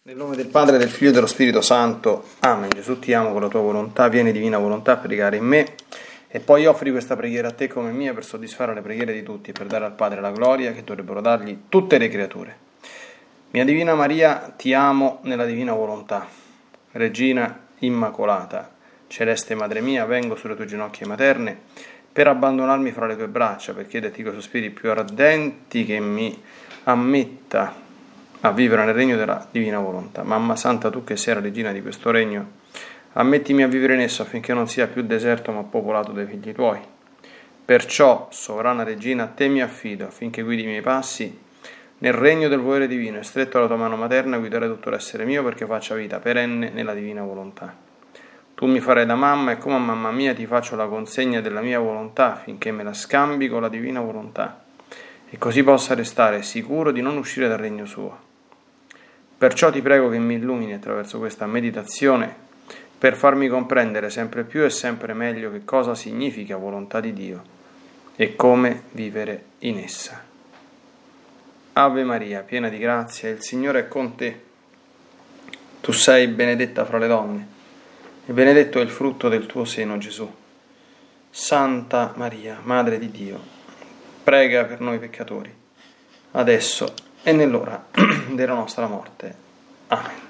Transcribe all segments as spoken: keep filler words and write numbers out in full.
Nel nome del Padre, del Figlio e dello Spirito Santo. Amen. Gesù, ti amo con la tua volontà, vieni divina volontà a pregare in me e poi offri questa preghiera a te come mia per soddisfare le preghiere di tutti e per dare al Padre la gloria che dovrebbero dargli tutte le creature. Mia Divina Maria, ti amo nella divina volontà. Regina Immacolata, celeste Madre mia, vengo sulle tue ginocchia materne per abbandonarmi fra le tue braccia, per chiederti con i sospiri più ardenti che mi ammetta a vivere nel regno della divina volontà. Mamma Santa, tu che sei la regina di questo regno, ammettimi a vivere in esso affinché non sia più deserto ma popolato dai figli tuoi. Perciò, sovrana regina, a te mi affido affinché guidi i miei passi nel regno del volere divino e stretto alla tua mano materna guidare tutto l'essere mio perché faccia vita perenne nella divina volontà. Tu mi farai da mamma e come a mamma mia ti faccio la consegna della mia volontà affinché me la scambi con la divina volontà e così possa restare sicuro di non uscire dal regno suo. Perciò ti prego che mi illumini attraverso questa meditazione per farmi comprendere sempre più e sempre meglio che cosa significa volontà di Dio e come vivere in essa. Ave Maria, piena di grazia, il Signore è con te. Tu sei benedetta fra le donne e benedetto è il frutto del tuo seno, Gesù. Santa Maria, Madre di Dio, prega per noi peccatori, adesso e nell'ora della nostra morte. Amen.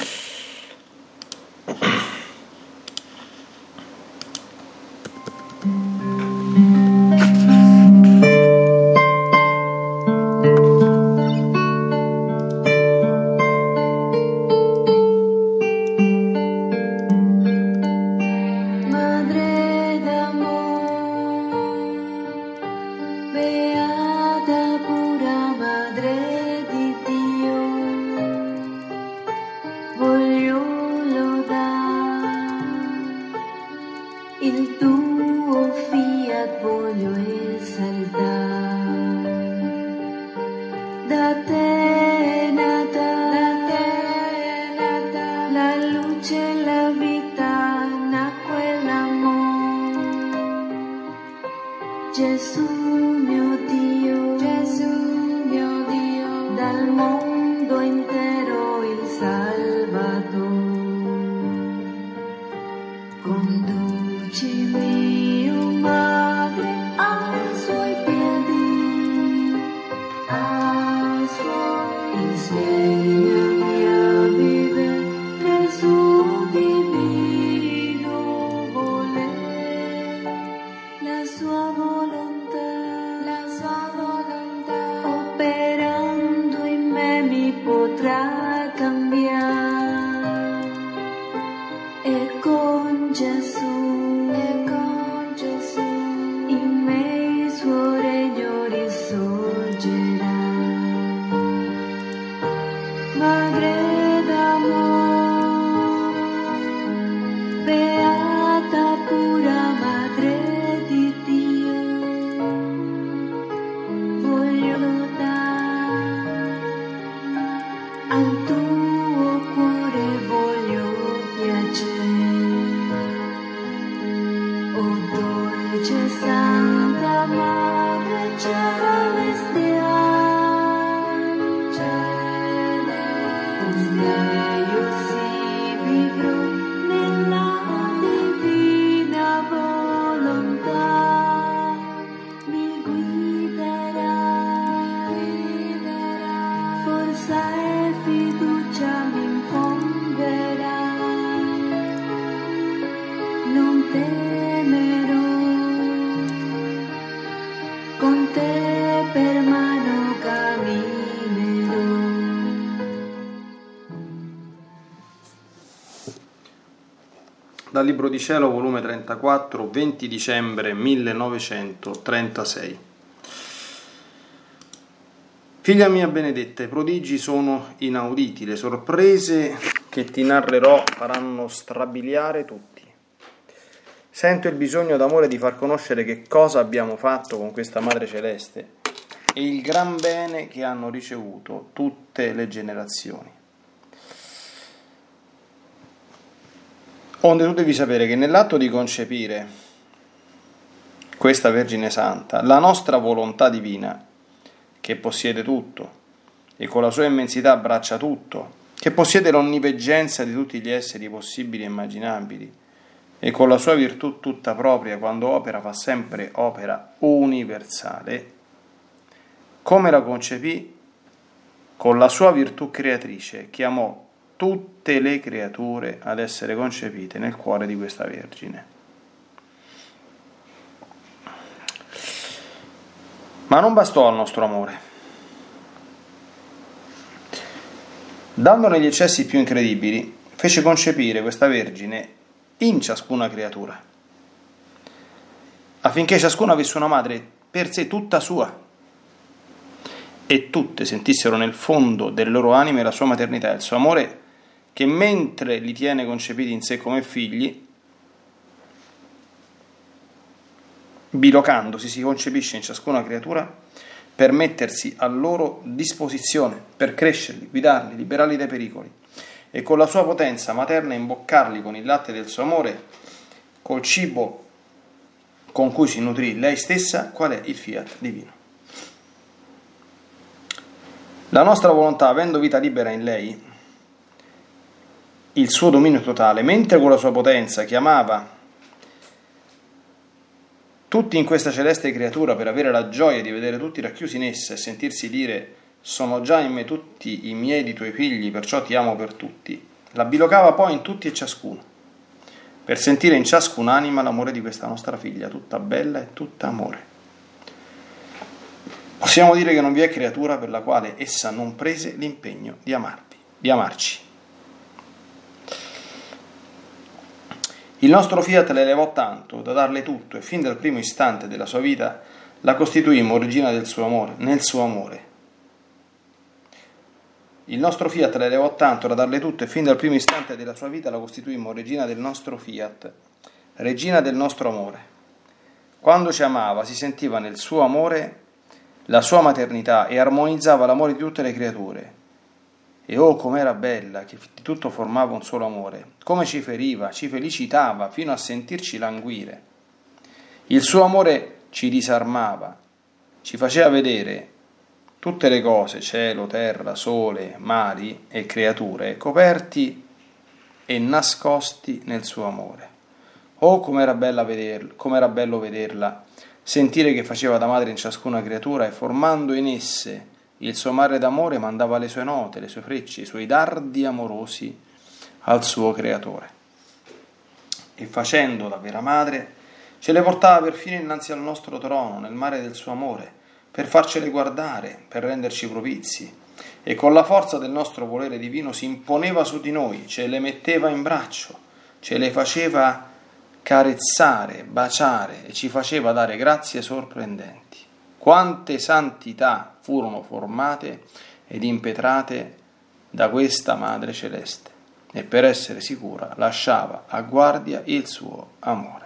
Dal Libro di Cielo, volume trentaquattro, venti dicembre millenovecentotrentasei. Figlia mia benedetta, i prodigi sono inauditi, le sorprese che ti narrerò faranno strabiliare tutti. Sento il bisogno d'amore di far conoscere che cosa abbiamo fatto con questa Madre Celeste e il gran bene che hanno ricevuto tutte le generazioni. Onde tu devi sapere che nell'atto di concepire questa Vergine Santa, la nostra volontà divina, che possiede tutto e con la sua immensità abbraccia tutto che possiede l'onniveggenza di tutti gli esseri possibili e immaginabili, e con la sua virtù tutta propria, quando opera, fa sempre opera universale, come la concepì, con la sua virtù creatrice chiamò tutte le creature ad essere concepite nel cuore di questa Vergine. Ma non bastò al nostro amore. Dandone gli eccessi più incredibili, fece concepire questa Vergine in ciascuna creatura, affinché ciascuna avesse una madre per sé tutta sua, e tutte sentissero nel fondo delle loro anime la sua maternità e il suo amore, che mentre li tiene concepiti in sé come figli, bilocandosi si concepisce in ciascuna creatura per mettersi a loro disposizione, per crescerli, guidarli, liberarli dai pericoli, e con la sua potenza materna imboccarli con il latte del suo amore, col cibo con cui si nutrì lei stessa, qual è il fiat divino. La nostra volontà, avendo vita libera in lei, il suo dominio totale, mentre con la sua potenza chiamava tutti in questa celeste creatura per avere la gioia di vedere tutti racchiusi in essa e sentirsi dire: sono già in me tutti i miei di tuoi figli, perciò ti amo per tutti, la bilocava poi in tutti e ciascuno, per sentire in ciascun'anima l'amore di questa nostra figlia, tutta bella e tutta amore. Possiamo dire che non vi è creatura per la quale essa non prese l'impegno di amarvi, di amarci. Il nostro fiat le elevò tanto da darle tutto, e fin dal primo istante della sua vita la costituimmo regina del suo amore, nel suo amore. Il nostro fiat le elevò tanto da darle tutto, e fin dal primo istante della sua vita la costituimmo regina del nostro fiat, regina del nostro amore. Quando ci amava si sentiva nel suo amore la sua maternità e armonizzava l'amore di tutte le creature. E oh, com'era bella, che di tutto formava un solo amore, come ci feriva, ci felicitava fino a sentirci languire. Il suo amore ci disarmava, ci faceva vedere tutte le cose, cielo, terra, sole, mari e creature, coperti e nascosti nel suo amore. Oh, com'era bella vederla, com'era bello vederla, sentire che faceva da madre in ciascuna creatura, e formando in esse il suo mare d'amore mandava le sue note, le sue frecce, i suoi dardi amorosi al suo creatore. E facendo da vera madre, ce le portava perfino innanzi al nostro trono, nel mare del suo amore, per farcele guardare, per renderci propizi, e con la forza del nostro volere divino si imponeva su di noi, ce le metteva in braccio, ce le faceva carezzare, baciare, e ci faceva dare grazie sorprendenti. Quante santità furono formate ed impetrate da questa Madre Celeste, e per essere sicura lasciava a guardia il suo amore.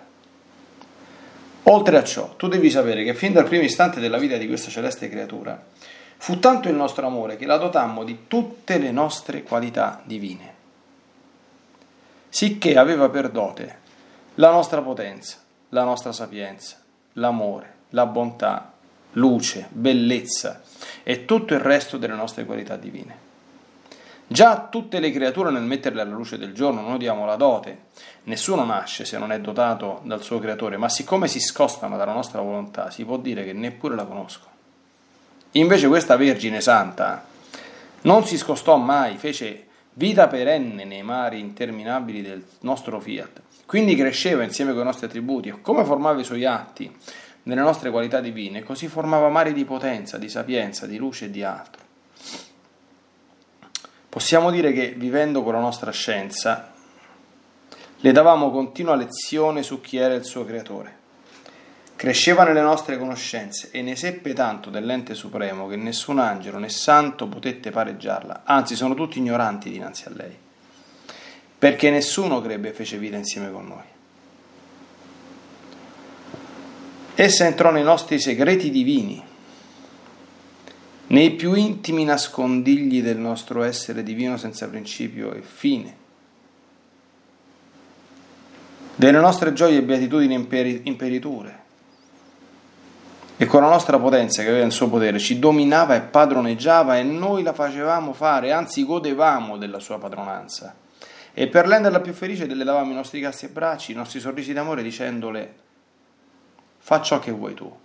Oltre a ciò, tu devi sapere che fin dal primo istante della vita di questa celeste creatura fu tanto il nostro amore che la dotammo di tutte le nostre qualità divine, sicché aveva per dote la nostra potenza, la nostra sapienza, l'amore, la bontà, luce, bellezza e tutto il resto delle nostre qualità divine. Già a tutte le creature, nel metterle alla luce del giorno, noi diamo la dote. Nessuno nasce se non è dotato dal suo creatore, ma siccome si scostano dalla nostra volontà, si può dire che neppure la conoscono. Invece questa Vergine Santa non si scostò mai, fece vita perenne nei mari interminabili del nostro fiat, quindi cresceva insieme con i nostri attributi, e come formava i suoi atti nelle nostre qualità divine, così formava mari di potenza, di sapienza, di luce e di altro. Possiamo dire che, vivendo con la nostra scienza, le davamo continua lezione su chi era il suo creatore. Cresceva nelle nostre conoscenze e ne seppe tanto dell'ente supremo che nessun angelo né santo potette pareggiarla, anzi sono tutti ignoranti dinanzi a lei, perché nessuno crebbe e fece vita insieme con noi. Essa entrò nei nostri segreti divini, nei più intimi nascondigli del nostro essere divino senza principio e fine, delle nostre gioie e beatitudini imperiture, e con la nostra potenza che aveva il suo potere ci dominava e padroneggiava e noi la facevamo fare, anzi godevamo della sua padronanza. E per renderla più felice le davamo i nostri casti abbracci, i nostri sorrisi d'amore dicendole: fa ciò che vuoi tu.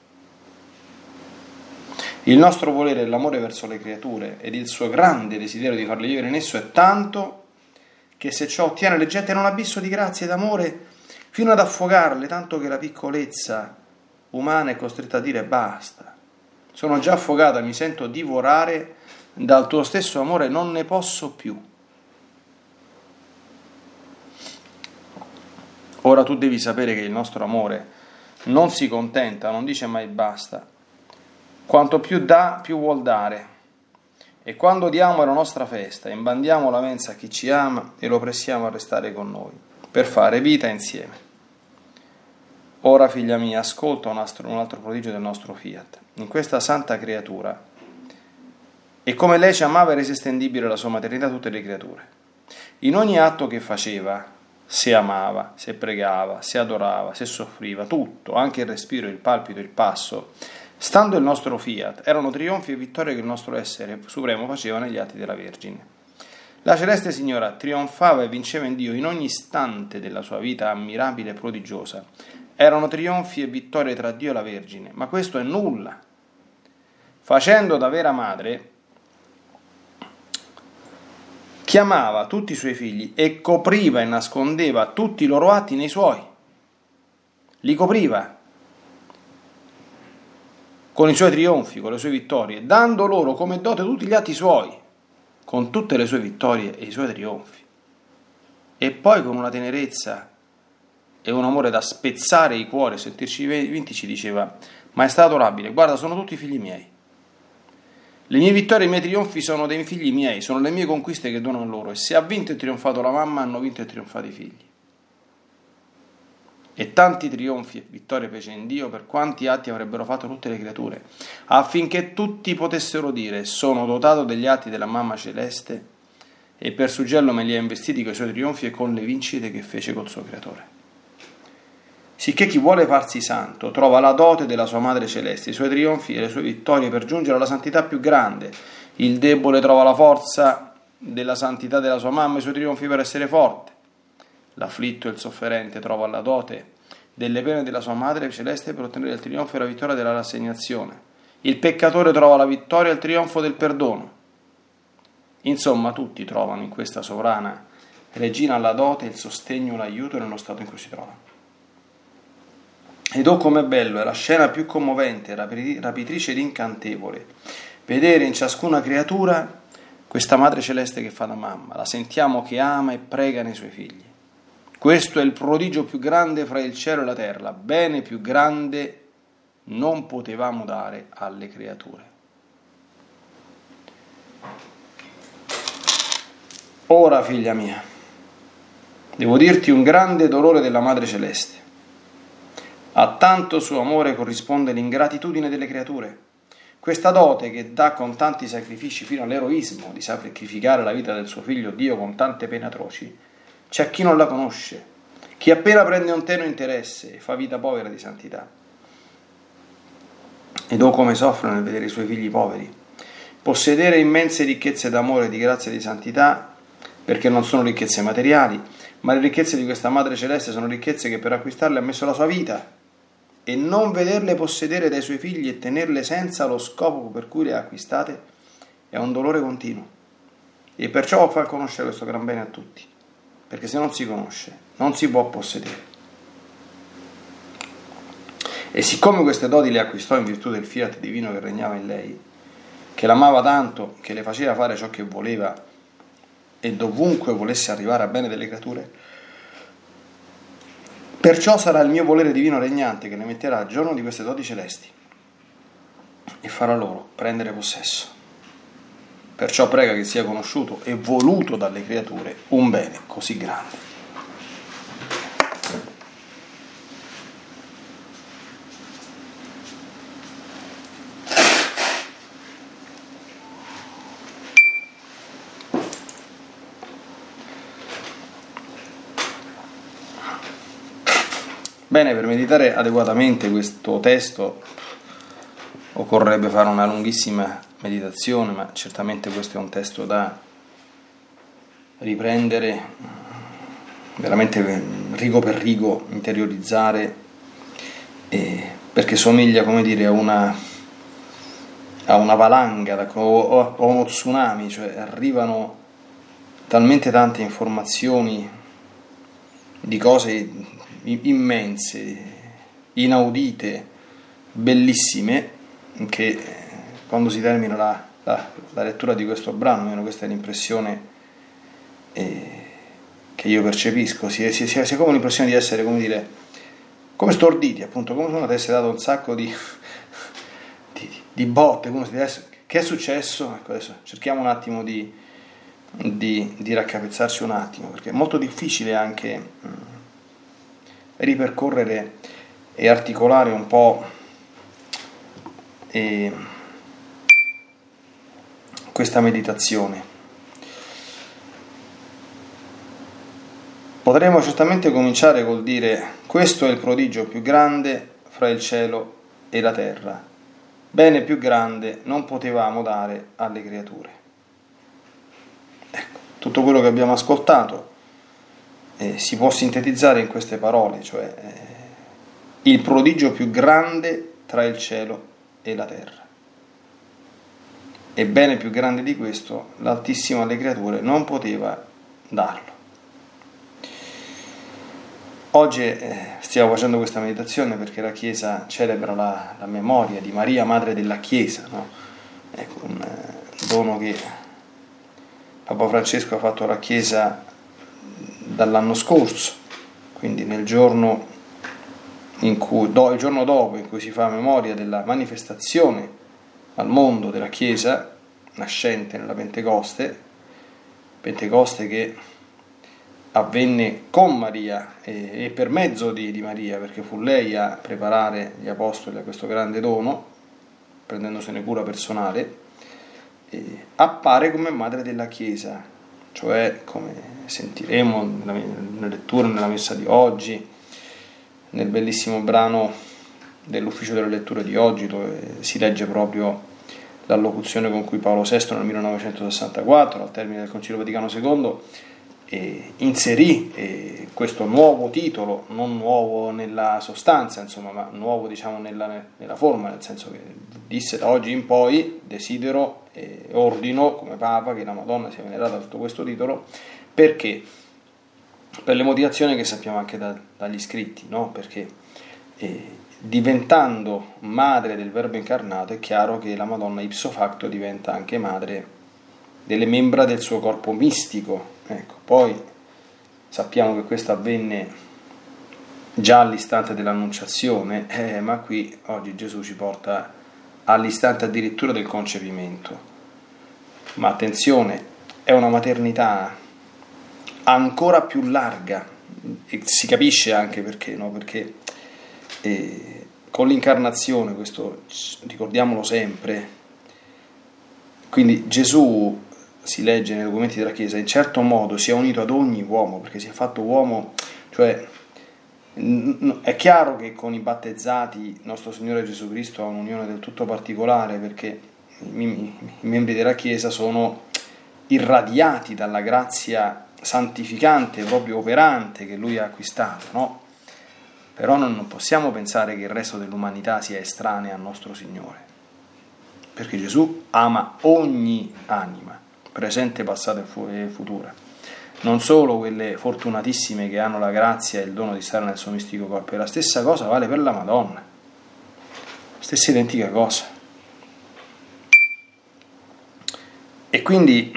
Il nostro volere e l'amore verso le creature ed il suo grande desiderio di farle vivere in esso è tanto che se ciò ottiene le getta in un abisso di grazia ed amore fino ad affogarle, tanto che la piccolezza umana è costretta a dire basta. Sono già affogata, mi sento divorare dal tuo stesso amore, non ne posso più. Ora tu devi sapere che il nostro amore non si contenta, non dice mai basta. Quanto più dà, più vuol dare. E quando diamo la nostra festa, imbandiamo la mensa a chi ci ama e lo pressiamo a restare con noi, per fare vita insieme. Ora, figlia mia, ascolta un altro, un altro prodigio del nostro Fiat. In questa santa creatura, e come lei ci amava, è resa estendibile la sua maternità a tutte le creature. In ogni atto che faceva, se amava, se pregava, se adorava, se soffriva, tutto, anche il respiro, il palpito, il passo, stando il nostro Fiat, erano trionfi e vittorie che il nostro essere supremo faceva negli atti della Vergine. La celeste Signora trionfava e vinceva in Dio in ogni istante della sua vita ammirabile e prodigiosa. Erano trionfi e vittorie tra Dio e la Vergine, ma questo è nulla. Facendo da vera madre, chiamava tutti i suoi figli e copriva e nascondeva tutti i loro atti nei suoi. Li copriva con i suoi trionfi, con le sue vittorie, dando loro come dote tutti gli atti suoi, con tutte le sue vittorie e i suoi trionfi. E poi con una tenerezza e un amore da spezzare i cuori e sentirci vinti ci diceva: Maestà adorabile, guarda, sono tutti figli miei. Le mie vittorie e i miei trionfi sono dei figli miei, sono le mie conquiste che dono a loro, e se ha vinto e trionfato la mamma, hanno vinto e trionfato i figli. E tanti trionfi e vittorie fece in Dio per quanti atti avrebbero fatto tutte le creature, affinché tutti potessero dire: sono dotato degli atti della mamma celeste, e per suggello me li ha investiti coi suoi trionfi e con le vincite che fece col suo creatore. Sicché chi vuole farsi santo trova la dote della sua madre celeste, i suoi trionfi e le sue vittorie per giungere alla santità più grande. Il debole trova la forza della santità della sua mamma e i suoi trionfi per essere forte. L'afflitto e il sofferente trova la dote delle pene della sua madre celeste per ottenere il trionfo e la vittoria della rassegnazione. Il peccatore trova la vittoria e il trionfo del perdono. Insomma, tutti trovano in questa sovrana regina la dote, il sostegno, l'aiuto nello stato in cui si trovano. Ed oh com'è bello, è la scena più commovente, rapitrice ed incantevole, vedere in ciascuna creatura questa madre celeste che fa da mamma, la sentiamo che ama e prega nei suoi figli. Questo è il prodigio più grande fra il cielo e la terra, bene più grande non potevamo dare alle creature. Ora, figlia mia, devo dirti un grande dolore della madre celeste. A tanto suo amore corrisponde l'ingratitudine delle creature. Questa dote che dà con tanti sacrifici fino all'eroismo di sacrificare la vita del suo figlio Dio con tante pene atroci, c'è chi non la conosce, chi appena prende un tenue interesse e fa vita povera di santità. Ed oh come soffre nel vedere i suoi figli poveri. Possedere immense ricchezze d'amore, di grazia e di santità, perché non sono ricchezze materiali, ma le ricchezze di questa Madre Celeste sono ricchezze che per acquistarle ha messo la sua vita, e non vederle possedere dai suoi figli e tenerle senza lo scopo per cui le ha acquistate è un dolore continuo, e perciò vuol far conoscere questo gran bene a tutti, perché se non si conosce non si può possedere. E siccome queste doti le acquistò in virtù del fiat divino che regnava in lei, che l'amava tanto che le faceva fare ciò che voleva e dovunque volesse arrivare a bene delle creature, perciò sarà il mio volere divino regnante che le metterà a giorno di queste doti celesti e farà loro prendere possesso. Perciò prega che sia conosciuto e voluto dalle creature un bene così grande. Bene, per meditare adeguatamente questo testo occorrerebbe fare una lunghissima meditazione, ma certamente questo è un testo da riprendere veramente rigo per rigo, interiorizzare, eh, perché somiglia, come dire, a una, a una valanga o a uno tsunami, cioè arrivano talmente tante informazioni di cose immense, inaudite, bellissime, che quando si termina la, la, la lettura di questo brano, almeno questa è l'impressione eh, che io percepisco, si, si, si, si ha come l'impressione di essere, come dire, come storditi, appunto, come se uno avesse dato un sacco di, di, di botte, come se desse, che è successo? Ecco, adesso cerchiamo un attimo di, di, di raccapezzarci un attimo, perché è molto difficile anche mh, ripercorrere e articolare un po' e questa meditazione. Potremmo certamente cominciare col dire: questo è il prodigio più grande fra il cielo e la terra, bene più grande non potevamo dare alle creature. Ecco, tutto quello che abbiamo ascoltato eh, si può sintetizzare in queste parole, cioè eh, il prodigio più grande tra il cielo e la terra. E bene più grande di questo l'Altissimo alle creature non poteva darlo. Oggi eh, stiamo facendo questa meditazione perché la Chiesa celebra la, la memoria di Maria, Madre della Chiesa, no? Ecco, un eh, dono che Papa Francesco ha fatto alla Chiesa dall'anno scorso, quindi nel giorno in cui, do, il giorno dopo in cui si fa memoria della manifestazione al mondo della Chiesa nascente nella Pentecoste, Pentecoste che avvenne con Maria e, e per mezzo di, di Maria, perché fu lei a preparare gli apostoli a questo grande dono, prendendosene cura personale, e appare come madre della Chiesa, cioè, come sentiremo nella, nella lettura, nella messa di oggi, nel bellissimo brano dell'ufficio della lettura di oggi, dove si legge proprio l'allocuzione con cui Paolo sesto nel millenovecentosessantaquattro, al termine del Concilio Vaticano secondo, e inserì eh, questo nuovo titolo, non nuovo nella sostanza, insomma, ma nuovo, diciamo, nella, nella forma, nel senso che disse: da oggi in poi desidero e eh, ordino come Papa che la Madonna sia venerata sotto questo titolo, perché per le motivazioni che sappiamo anche da, dagli scritti, no? Perché eh, diventando madre del Verbo incarnato è chiaro che la Madonna ipso facto diventa anche madre delle membra del suo corpo mistico. Ecco, poi sappiamo che questo avvenne già all'istante dell'annunciazione, eh, ma qui oggi Gesù ci porta all'istante addirittura del concepimento. Ma attenzione, è una maternità ancora più larga, e si capisce anche perché, no? Perché eh, con l'incarnazione, questo ricordiamolo sempre, quindi Gesù, si legge nei documenti della Chiesa, in certo modo si è unito ad ogni uomo, perché si è fatto uomo, cioè è chiaro che con i battezzati nostro Signore Gesù Cristo ha un'unione del tutto particolare, perché i, i, i membri della Chiesa sono irradiati dalla grazia santificante, proprio operante, che Lui ha acquistato, no? Però non, non possiamo pensare che il resto dell'umanità sia estranea al nostro Signore, perché Gesù ama ogni anima, presente, passata e futura, non solo quelle fortunatissime che hanno la grazia e il dono di stare nel suo mistico corpo. E la stessa cosa vale per la Madonna, stessa identica cosa. E quindi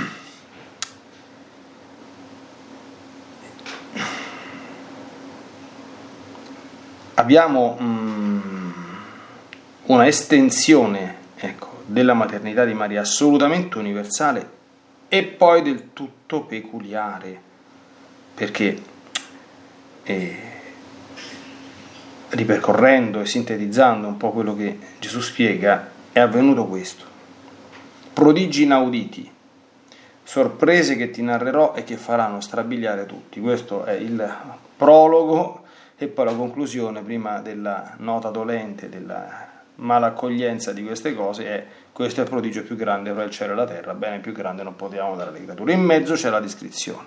abbiamo um, una estensione, ecco, della maternità di Maria assolutamente universale e poi del tutto peculiare, perché eh, ripercorrendo e sintetizzando un po' quello che Gesù spiega, è avvenuto questo: prodigi inauditi, sorprese che ti narrerò e che faranno strabiliare tutti. Questo è il prologo e poi la conclusione, prima della nota dolente della ma l'accoglienza di queste cose è: questo è il prodigio più grande fra il cielo e la terra, bene più grande non potevamo dare alle creature. In mezzo c'è la descrizione.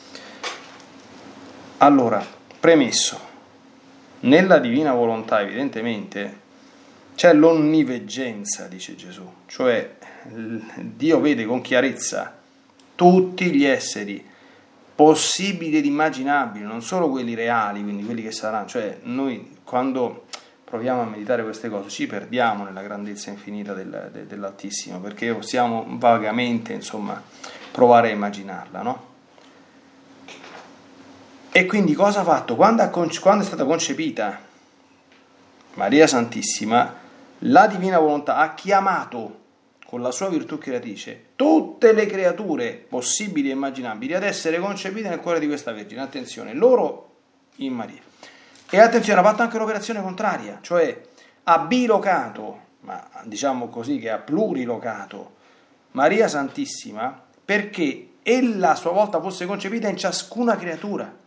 Allora, premesso, nella divina volontà evidentemente c'è l'onniveggenza, dice Gesù, cioè Dio vede con chiarezza tutti gli esseri possibili ed immaginabili, non solo quelli reali, quindi quelli che saranno. Cioè noi quando proviamo a meditare queste cose ci perdiamo nella grandezza infinita del, de, dell'Altissimo, perché possiamo vagamente, insomma, provare a immaginarla, no? E quindi cosa ha fatto? Quando, ha conce- quando è stata concepita Maria Santissima, la divina volontà ha chiamato con la sua virtù creatrice tutte le creature possibili e immaginabili ad essere concepite nel cuore di questa Vergine. Attenzione, loro in Maria. E attenzione, ha fatto anche un'operazione contraria, cioè ha bilocato, ma diciamo così che ha plurilocato Maria Santissima perché ella a sua volta fosse concepita in ciascuna creatura.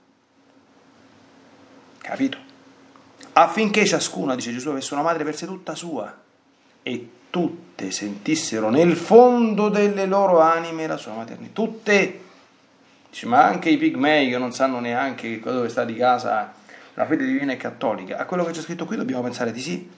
Capito? Affinché ciascuna, dice Gesù, avesse una madre per sé tutta sua e tutte sentissero nel fondo delle loro anime la sua maternità. Tutte. Dice, ma anche i pigmei che non sanno neanche dove sta di casa la fede divina e cattolica. A quello che c'è scritto qui dobbiamo pensare di sì.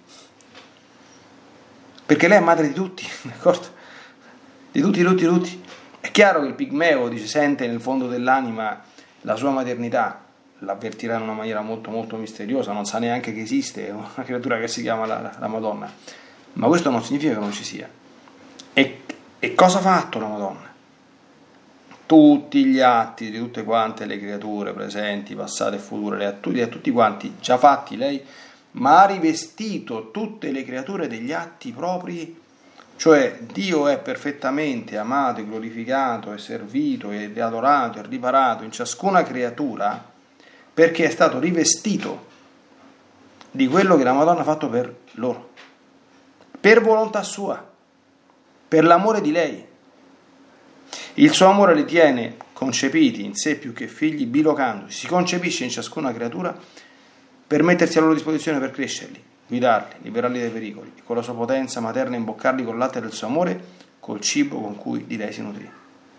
Perché lei è madre di tutti, d'accordo? Di tutti, tutti, tutti. È chiaro che il pigmeo, dice, sente nel fondo dell'anima la sua maternità, l'avvertirà in una maniera molto molto misteriosa, non sa neanche che esiste una creatura che si chiama la, la Madonna, ma questo non significa che non ci sia. E, e cosa ha fatto la Madonna? Tutti gli atti di tutte quante le creature presenti, passate e future, le ha tutti, tutti quanti già fatti lei, ma ha rivestito tutte le creature degli atti propri, cioè Dio è perfettamente amato e glorificato e servito ed adorato e riparato in ciascuna creatura, perché è stato rivestito di quello che la Madonna ha fatto per loro, per volontà sua, per l'amore di lei. Il suo amore li tiene concepiti in sé più che figli, bilocandosi, si concepisce in ciascuna creatura per mettersi a loro disposizione per crescerli, guidarli, liberarli dai pericoli e con la sua potenza materna imboccarli col latte del suo amore, col cibo con cui di lei si nutrì.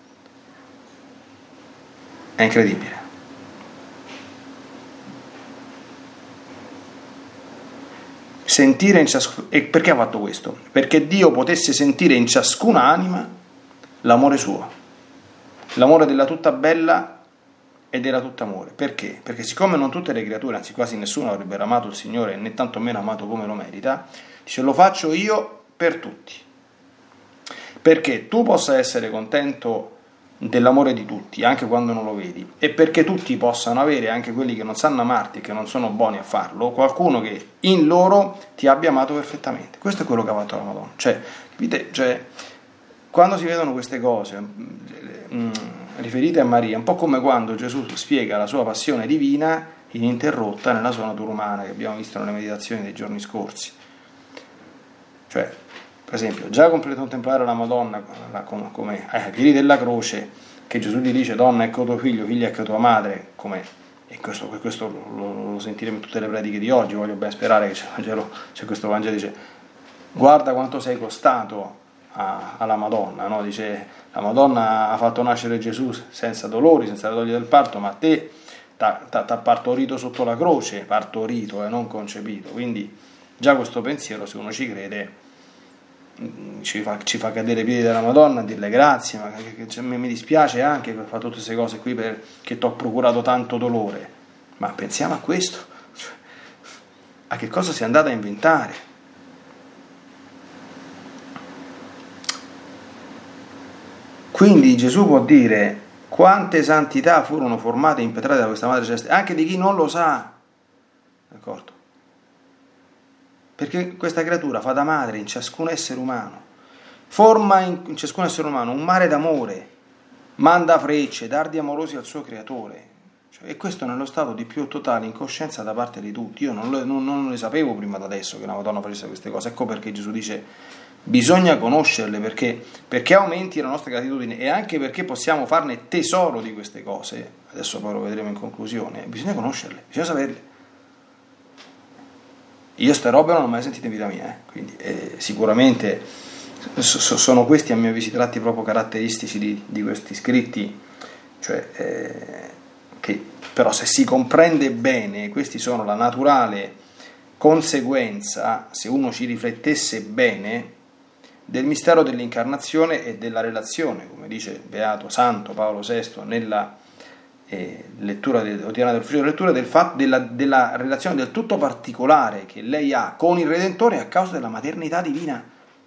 È incredibile. Sentire in ciascuna. E perché ha fatto questo? Perché Dio potesse sentire in ciascuna anima l'amore suo, l'amore della tutta bella e della tutta amore. Perché? Perché siccome non tutte le creature, anzi quasi nessuno avrebbero amato il Signore, né tanto meno amato come lo merita, dice: lo faccio io per tutti, perché tu possa essere contento dell'amore di tutti, anche quando non lo vedi, e perché tutti possano avere, anche quelli che non sanno amarti e che non sono buoni a farlo, qualcuno che in loro ti abbia amato perfettamente. Questo è quello che ha fatto la Madonna. Cioè, capite? Cioè, quando si vedono queste cose mh, riferite a Maria, un po' come quando Gesù spiega la sua passione divina ininterrotta nella sua natura umana, che abbiamo visto nelle meditazioni dei giorni scorsi. Cioè, per esempio, già contemplare la Madonna come ai piedi della croce, che Gesù gli dice: donna, ecco tuo figlio, figlia, ecco tua madre, come, e questo, questo lo, lo sentiremo in tutte le prediche di oggi. Voglio ben sperare che c'è, Vangelo, c'è questo Vangelo, dice: guarda quanto sei costato a, alla Madonna, no? Dice: la Madonna ha fatto nascere Gesù senza dolori, senza la doglia del parto, ma a te t'ha, t'ha, t'ha partorito sotto la croce, partorito e eh, non concepito. Quindi già questo pensiero, se uno ci crede, Ci fa, ci fa cadere i piedi della Madonna, a dirle grazie, ma che, che, cioè, mi dispiace anche per fare tutte queste cose qui perché ti ho procurato tanto dolore. Ma pensiamo a questo, cioè, a che cosa si è andata a inventare. Quindi Gesù può dire: quante santità furono formate e impetrate da questa Madre Celeste, anche di chi non lo sa, d'accordo? Perché questa creatura fa da madre in ciascun essere umano, forma in ciascun essere umano un mare d'amore, manda frecce, dardi amorosi al suo creatore, cioè, e questo nello stato di più totale incoscienza da parte di tutti. Io non, lo, non, non le sapevo prima da adesso che la Madonna facesse queste cose. Ecco perché Gesù dice: bisogna conoscerle, perché, perché aumenti la nostra gratitudine e anche perché possiamo farne tesoro di queste cose. Adesso poi lo vedremo in conclusione. Bisogna conoscerle, bisogna saperle. Io ste robe non ho mai sentite in vita mia, eh. Quindi eh, sicuramente so, sono questi a mio avviso i tratti proprio caratteristici di, di questi scritti, cioè eh, che però se si comprende bene, questi sono la naturale conseguenza, se uno ci riflettesse bene, del mistero dell'incarnazione e della relazione, come dice il Beato Santo Paolo sesto nella eh, lettura del, odierna dell'ufficio di lettura, del fatto della, della relazione del tutto particolare che lei ha con il Redentore a causa della maternità divina.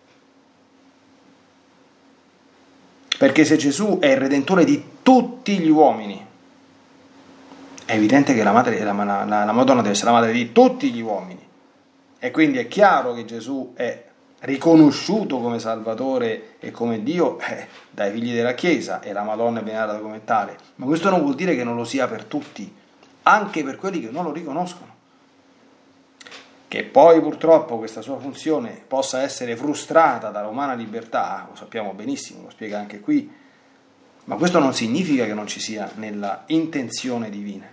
Perché se Gesù è il Redentore di tutti gli uomini, è evidente che la, madre, la, la, la Madonna deve essere la madre di tutti gli uomini, e quindi è chiaro che Gesù è riconosciuto come Salvatore e come Dio eh, dai figli della Chiesa, e la Madonna è venerata come tale, ma questo non vuol dire che non lo sia per tutti, anche per quelli che non lo riconoscono. Che poi purtroppo questa sua funzione possa essere frustrata dalla umana libertà, lo sappiamo benissimo, lo spiega anche qui, ma questo non significa che non ci sia nella intenzione divina.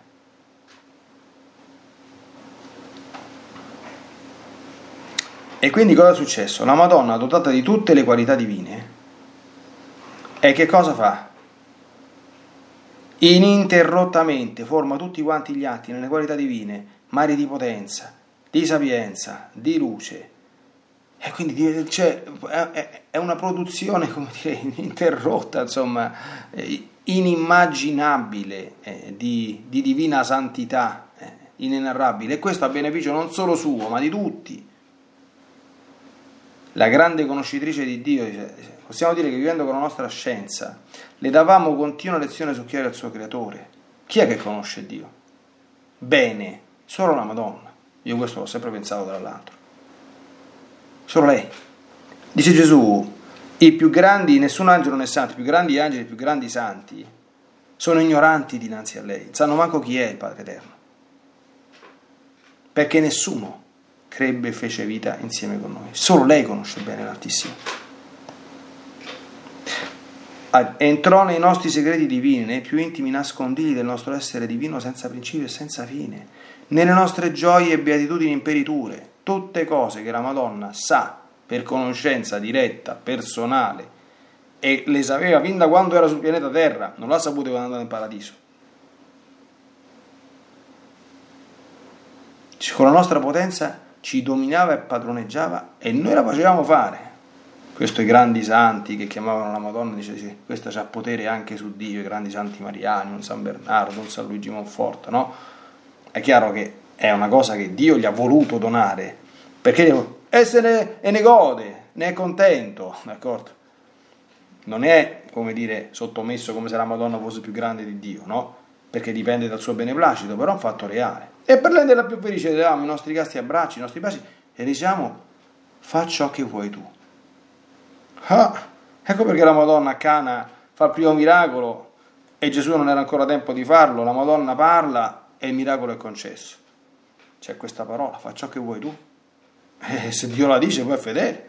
E quindi cosa è successo? La Madonna, dotata di tutte le qualità divine, e che cosa fa? Ininterrottamente forma tutti quanti gli atti nelle qualità divine, mari di potenza, di sapienza, di luce, e quindi cioè, è una produzione, come dire, ininterrotta, insomma, inimmaginabile eh, di, di divina santità, eh, inenarrabile, e questo a beneficio non solo suo, ma di tutti. La grande conoscitrice di Dio dice, possiamo dire che vivendo con la nostra scienza le davamo continua lezione su chi era il suo creatore. Chi è che conosce Dio? Bene, solo la Madonna. Io questo l'ho sempre pensato tra l'altro. Solo lei. Dice Gesù, i più grandi, nessun angelo né santo, i più grandi angeli, i più grandi santi sono ignoranti dinanzi a lei, non sanno manco chi è il Padre Eterno. Perché nessuno crebbe e fece vita insieme con noi. Solo lei conosce bene l'Altissimo. Entrò nei nostri segreti divini, nei più intimi nascondigli del nostro essere divino senza principio e senza fine, nelle nostre gioie e beatitudini imperiture, tutte cose che la Madonna sa per conoscenza diretta, personale, e le sapeva fin da quando era sul pianeta Terra, non l'ha saputo quando è andata in paradiso. Con la nostra potenza ci dominava e padroneggiava e noi la facevamo fare. Questo i grandi santi che chiamavano la Madonna, dice, dice questa c'ha potere anche su Dio, i grandi santi mariani, un San Bernardo, un San Luigi Monforte, no? È chiaro che è una cosa che Dio gli ha voluto donare, perché e se ne, e ne gode, ne è contento, d'accordo? Non è, come dire, sottomesso come se la Madonna fosse più grande di Dio, no? Perché dipende dal suo beneplacito, però è un fatto reale. E per renderla più felice le diamo i nostri casti abbracci, i nostri baci, e diciamo, fa ciò che vuoi tu. Ah, ecco perché la Madonna a Cana fa il primo miracolo e Gesù non era ancora tempo di farlo, la Madonna parla e il miracolo è concesso. C'è questa parola, fa ciò che vuoi tu. E se Dio la dice poi è fedele.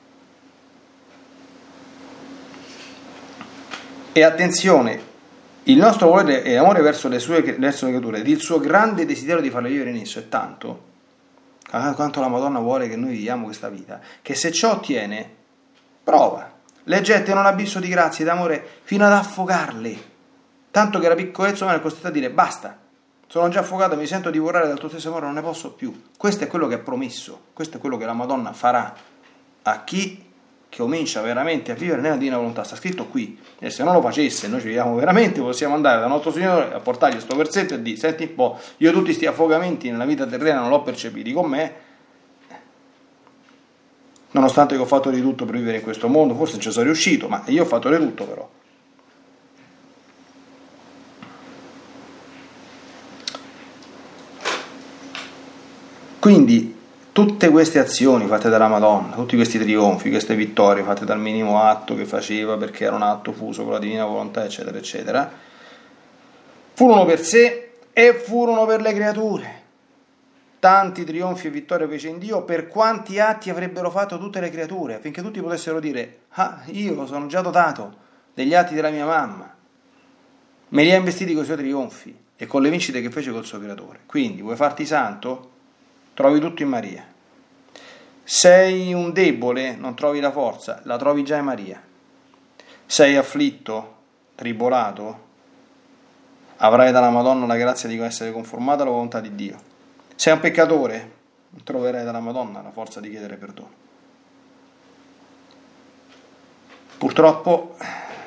E attenzione, il nostro volere e amore verso le sue verso le creature, il suo grande desiderio di farle vivere in esso è tanto, quanto la Madonna vuole che noi viviamo questa vita, che se ciò ottiene, prova, le getta in un abisso di grazia e d'amore fino ad affogarle, tanto che la piccolezza umana è costretta a dire basta, sono già affogato, mi sento divorare dal tuo stesso amore, non ne posso più. Questo è quello che è promesso, questo è quello che la Madonna farà a chi comincia veramente a vivere nella divina volontà. Sta scritto qui, e se non lo facesse noi ci vediamo veramente, possiamo andare da nostro Signore a portargli sto versetto e dire, senti un po', io tutti questi affogamenti nella vita terrena non l'ho percepiti con me, nonostante che ho fatto di tutto per vivere in questo mondo, forse ci sono riuscito, ma io ho fatto di tutto però. Quindi tutte queste azioni fatte dalla Madonna, tutti questi trionfi, queste vittorie fatte dal minimo atto che faceva perché era un atto fuso con la divina volontà, eccetera, eccetera, furono per sé e furono per le creature. Tanti trionfi e vittorie fece in Dio per quanti atti avrebbero fatto tutte le creature, affinché tutti potessero dire, ah, io sono già dotato degli atti della mia mamma, me li ha investiti con i suoi trionfi e con le vincite che fece col suo creatore. Quindi vuoi farti santo? Trovi tutto in Maria. Sei un debole, non trovi la forza, la trovi già in Maria. Sei afflitto, tribolato, avrai dalla Madonna la grazia di essere conformato alla volontà di Dio. Sei un peccatore, troverai dalla Madonna la forza di chiedere perdono. Purtroppo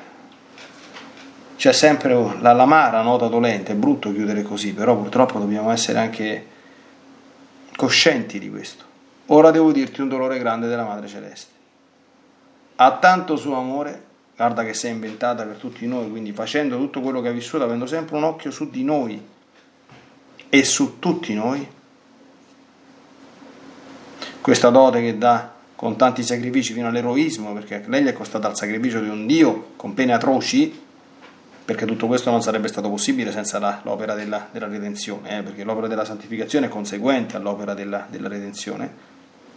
c'è sempre la, l'amara nota dolente, è brutto chiudere così, però purtroppo dobbiamo essere anche coscienti di questo. Ora devo dirti un dolore grande della Madre Celeste. Ha tanto suo amore, guarda che si è inventata per tutti noi, quindi facendo tutto quello che ha vissuto, avendo sempre un occhio su di noi e su tutti noi, questa dote che dà con tanti sacrifici fino all'eroismo, perché lei gli è costata il sacrificio di un Dio con pene atroci, perché tutto questo non sarebbe stato possibile senza la, l'opera della, della redenzione, eh, perché l'opera della santificazione è conseguente all'opera della, della redenzione.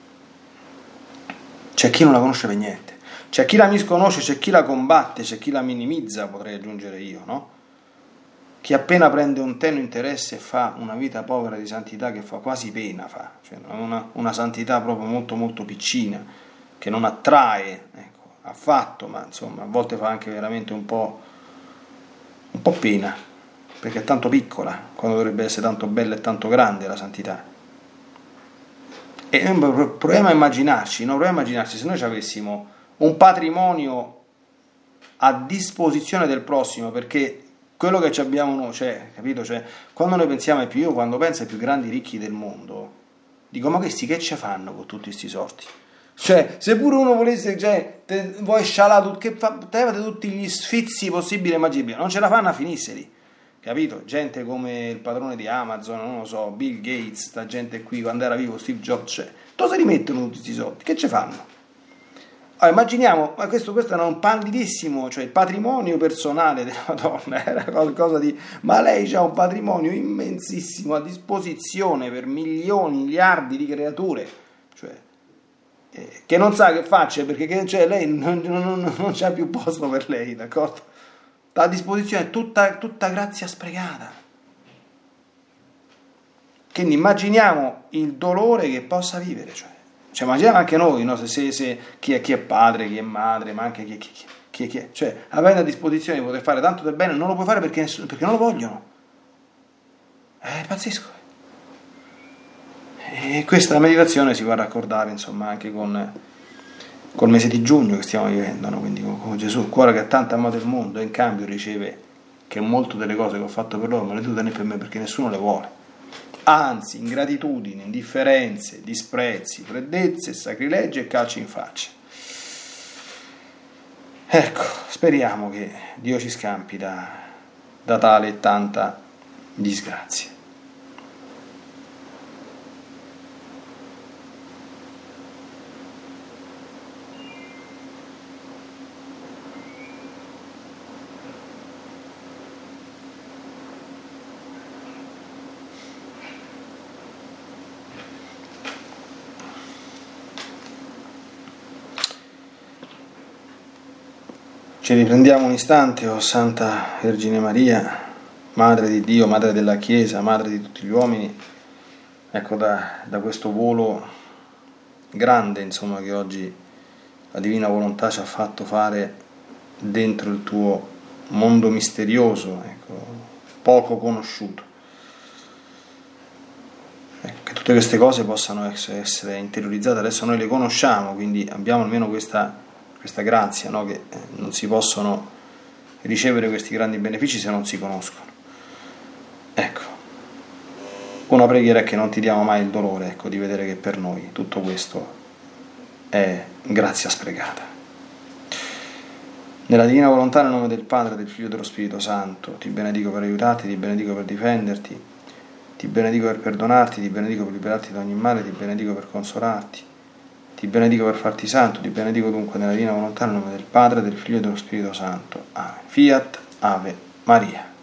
C'è chi non la conosce per niente, c'è chi la misconosce, c'è chi la combatte, c'è chi la minimizza, potrei aggiungere io, no? Chi appena prende un tenue interesse e fa una vita povera di santità che fa quasi pena, fa, cioè una, una santità proprio molto molto piccina, che non attrae, ecco, affatto, ma insomma a volte fa anche veramente un po', un po' pena, perché è tanto piccola, quando dovrebbe essere tanto bella e tanto grande la santità. E proviamo a immaginarci, no? Proviamo a immaginarci se noi avessimo un patrimonio a disposizione del prossimo, perché quello che ci abbiamo noi, cioè, capito? Cioè, quando noi pensiamo ai più, io quando penso ai più grandi ricchi del mondo, dico, ma questi che ci fanno con tutti questi soldi? Cioè, se pure uno volesse, cioè, te, vuoi scialare, che fa, te avete tutti gli sfizi possibili e immaginabili, non ce la fanno a finisseri. Capito? Gente come il padrone di Amazon, non lo so, Bill Gates, sta gente qui, quando era vivo Steve Jobs, cioè, dove si rimettono tutti questi soldi? Che ci fanno? Allora, immaginiamo, ma questo, questo era un pallidissimo, cioè il patrimonio personale della donna, era qualcosa di... ma lei ha un patrimonio immensissimo a disposizione per milioni, miliardi di creature, cioè, eh, che non sa che faccia, perché che, cioè, lei non, non, non c'è più posto per lei, d'accordo? A disposizione tutta, tutta grazia sprecata. Quindi immaginiamo il dolore che possa vivere, cioè, cioè immaginiamo anche noi, no? se, se, se, chi, è, chi è padre, chi è madre, ma anche chi, chi, chi, chi è, cioè avendo a disposizione di poter fare tanto del bene, non lo puoi fare perché, nessuno, perché non lo vogliono. È pazzesco. E questa meditazione si va a raccordare, insomma, anche con col mese di giugno che stiamo vivendo, no? Quindi con, con Gesù, il cuore che ha tanto amato il mondo e in cambio riceve che molto delle cose che ho fatto per loro me le tu tenere per me, perché nessuno le vuole. Anzi, ingratitudine, indifferenze, disprezzi, freddezze, sacrilegi e calci in faccia. Ecco, speriamo che Dio ci scampi da, da tale e tanta disgrazia. Ci riprendiamo un istante, o Santa Vergine Maria, Madre di Dio, Madre della Chiesa, Madre di tutti gli uomini, ecco da, da questo volo grande, insomma, che oggi la Divina Volontà ci ha fatto fare dentro il tuo mondo misterioso, ecco, poco conosciuto. Ecco, che tutte queste cose possano essere interiorizzate, adesso noi le conosciamo, quindi abbiamo almeno questa questa grazia, no? Che non si possono ricevere questi grandi benefici se non si conoscono. Ecco, una preghiera è che non ti diamo mai il dolore, ecco, di vedere che per noi tutto questo è grazia sprecata. Nella Divina Volontà, nel nome del Padre, del Figlio e dello Spirito Santo, ti benedico per aiutarti, ti benedico per difenderti, ti benedico per perdonarti, ti benedico per liberarti da ogni male, ti benedico per consolarti, ti benedico per farti santo, ti benedico dunque nella Divina Volontà, nel nome del Padre, del Figlio e dello Spirito Santo. Amen. Fiat Ave Maria.